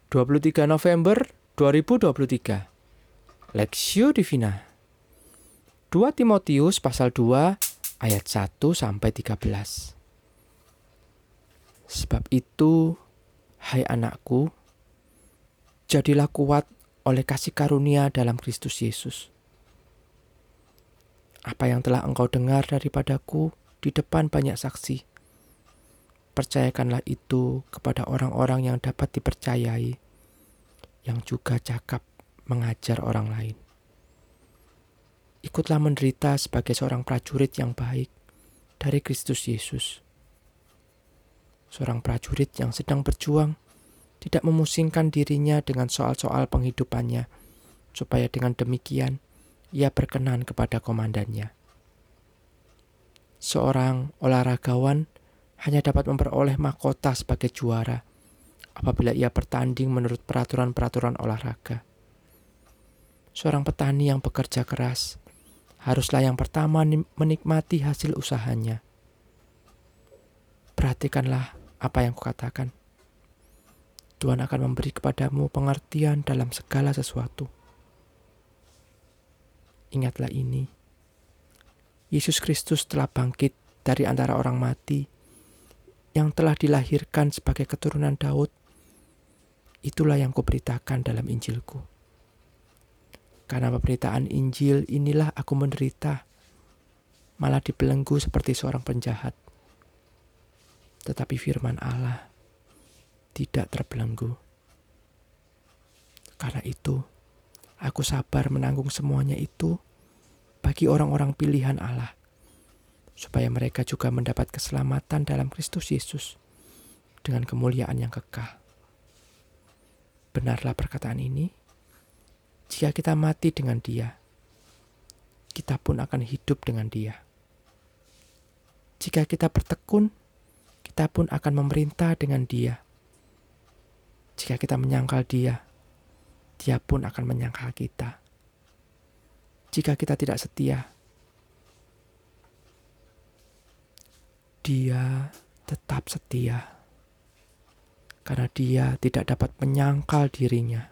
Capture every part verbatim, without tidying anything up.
dua puluh tiga November dua ribu dua puluh tiga. Lexio Divina. dua Timotius pasal dua ayat satu sampai tiga belas. Sebab itu, hai anakku, jadilah kuat oleh kasih karunia dalam Kristus Yesus. Apa yang telah engkau dengar daripadaku di depan banyak saksi, percayakanlah itu kepada orang-orang yang dapat dipercayai, yang juga cakap mengajar orang lain. Ikutlah menderita sebagai seorang prajurit yang baik dari Kristus Yesus. Seorang prajurit yang sedang berjuang tidak memusingkan dirinya dengan soal-soal penghidupannya, supaya dengan demikian ia berkenan kepada komandannya. Seorang olahragawan hanya dapat memperoleh mahkota sebagai juara apabila ia bertanding menurut peraturan-peraturan olahraga. Seorang petani yang bekerja keras haruslah yang pertama menikmati hasil usahanya. Perhatikanlah apa yang kukatakan. Tuhan akan memberi kepadamu pengertian dalam segala sesuatu. Ingatlah ini. Yesus Kristus telah bangkit dari antara orang mati, yang telah dilahirkan sebagai keturunan Daud. Itulah yang kuberitakan dalam Injilku. Karena pemberitaan Injil inilah aku menderita, malah dibelenggu seperti seorang penjahat. Tetapi firman Allah tidak terbelenggu. Karena itu, aku sabar menanggung semuanya itu bagi orang-orang pilihan Allah, supaya mereka juga mendapat keselamatan dalam Kristus Yesus dengan kemuliaan yang kekal. Benarlah perkataan ini, jika kita mati dengan Dia, kita pun akan hidup dengan Dia. Jika kita bertekun, kita pun akan memerintah dengan Dia. Jika kita menyangkal Dia, Dia pun akan menyangkal kita. Jika kita tidak setia, Dia tetap setia, karena Dia tidak dapat menyangkal dirinya.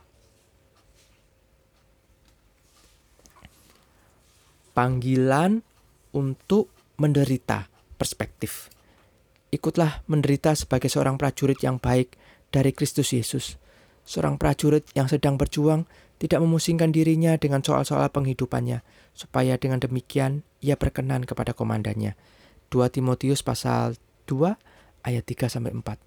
Panggilan untuk menderita, perspektif. Ikutlah menderita sebagai seorang prajurit yang baik dari Kristus Yesus. Seorang prajurit yang sedang berjuang tidak memusingkan dirinya dengan soal-soal penghidupannya, supaya dengan demikian ia berkenan kepada komandannya. dua Timotius pasal dua ayat tiga sampai empat.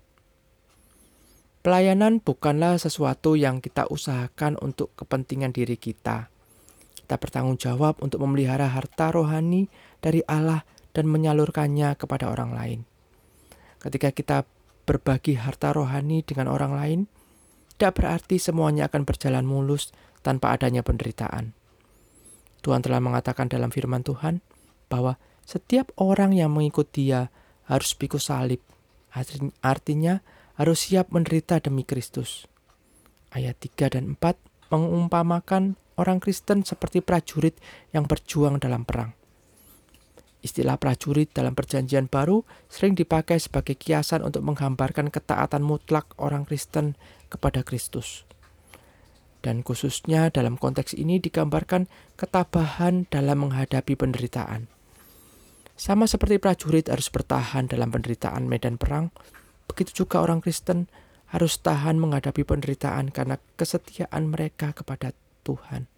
Pelayanan bukanlah sesuatu yang kita usahakan untuk kepentingan diri kita. Kita bertanggung jawab untuk memelihara harta rohani dari Allah dan menyalurkannya kepada orang lain. Ketika kita berbagi harta rohani dengan orang lain, tidak berarti semuanya akan berjalan mulus tanpa adanya penderitaan. Tuhan telah mengatakan dalam firman Tuhan bahwa setiap orang yang mengikut Dia harus pikul salib. Artinya harus siap menderita demi Kristus. Ayat tiga dan empat mengumpamakan orang Kristen seperti prajurit yang berjuang dalam perang. Istilah prajurit dalam Perjanjian Baru sering dipakai sebagai kiasan untuk menggambarkan ketaatan mutlak orang Kristen kepada Kristus. Dan khususnya dalam konteks ini digambarkan ketabahan dalam menghadapi penderitaan. Sama seperti prajurit harus bertahan dalam penderitaan medan perang, begitu juga orang Kristen harus tahan menghadapi penderitaan karena kesetiaan mereka kepada Tuhan.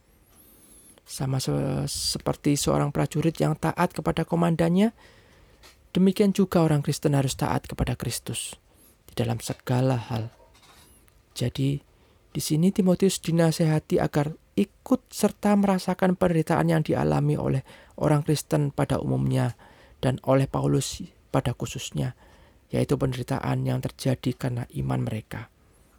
Sama se- seperti seorang prajurit yang taat kepada komandannya, demikian juga orang Kristen harus taat kepada Kristus di dalam segala hal. Jadi, di sini Timotius dinasehati agar ikut serta merasakan penderitaan yang dialami oleh orang Kristen pada umumnya dan oleh Paulus pada khususnya, yaitu penderitaan yang terjadi karena iman mereka.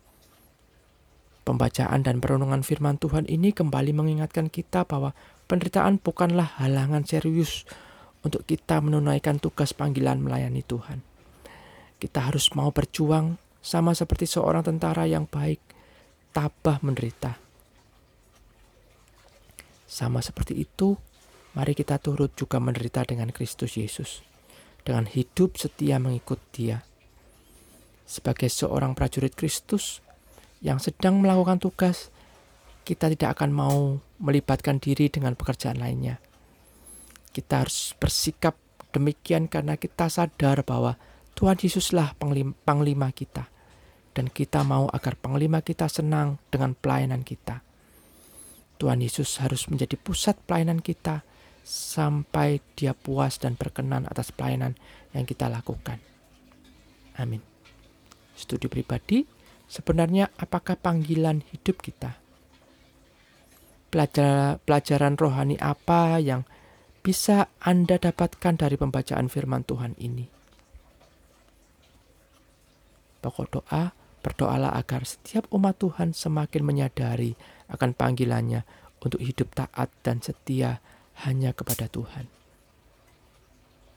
Pembacaan dan perenungan firman Tuhan ini kembali mengingatkan kita bahwa penderitaan bukanlah halangan serius untuk kita menunaikan tugas panggilan melayani Tuhan. Kita harus mau berjuang sama seperti seorang tentara yang baik, tabah menderita. Sama seperti itu, mari kita turut juga menderita dengan Kristus Yesus, dengan hidup setia mengikut Dia. Sebagai seorang prajurit Kristus, yang sedang melakukan tugas, kita tidak akan mau melibatkan diri dengan pekerjaan lainnya. Kita harus bersikap demikian karena kita sadar bahwa Tuhan Yesuslah panglima kita. Dan kita mau agar panglima kita senang dengan pelayanan kita. Tuhan Yesus harus menjadi pusat pelayanan kita sampai Dia puas dan berkenan atas pelayanan yang kita lakukan. Amin. Studi pribadi, sebenarnya apakah panggilan hidup kita? Pelajar, pelajaran rohani apa yang bisa Anda dapatkan dari pembacaan firman Tuhan ini? Pokok doa, berdoalah agar setiap umat Tuhan semakin menyadari akan panggilannya untuk hidup taat dan setia hanya kepada Tuhan.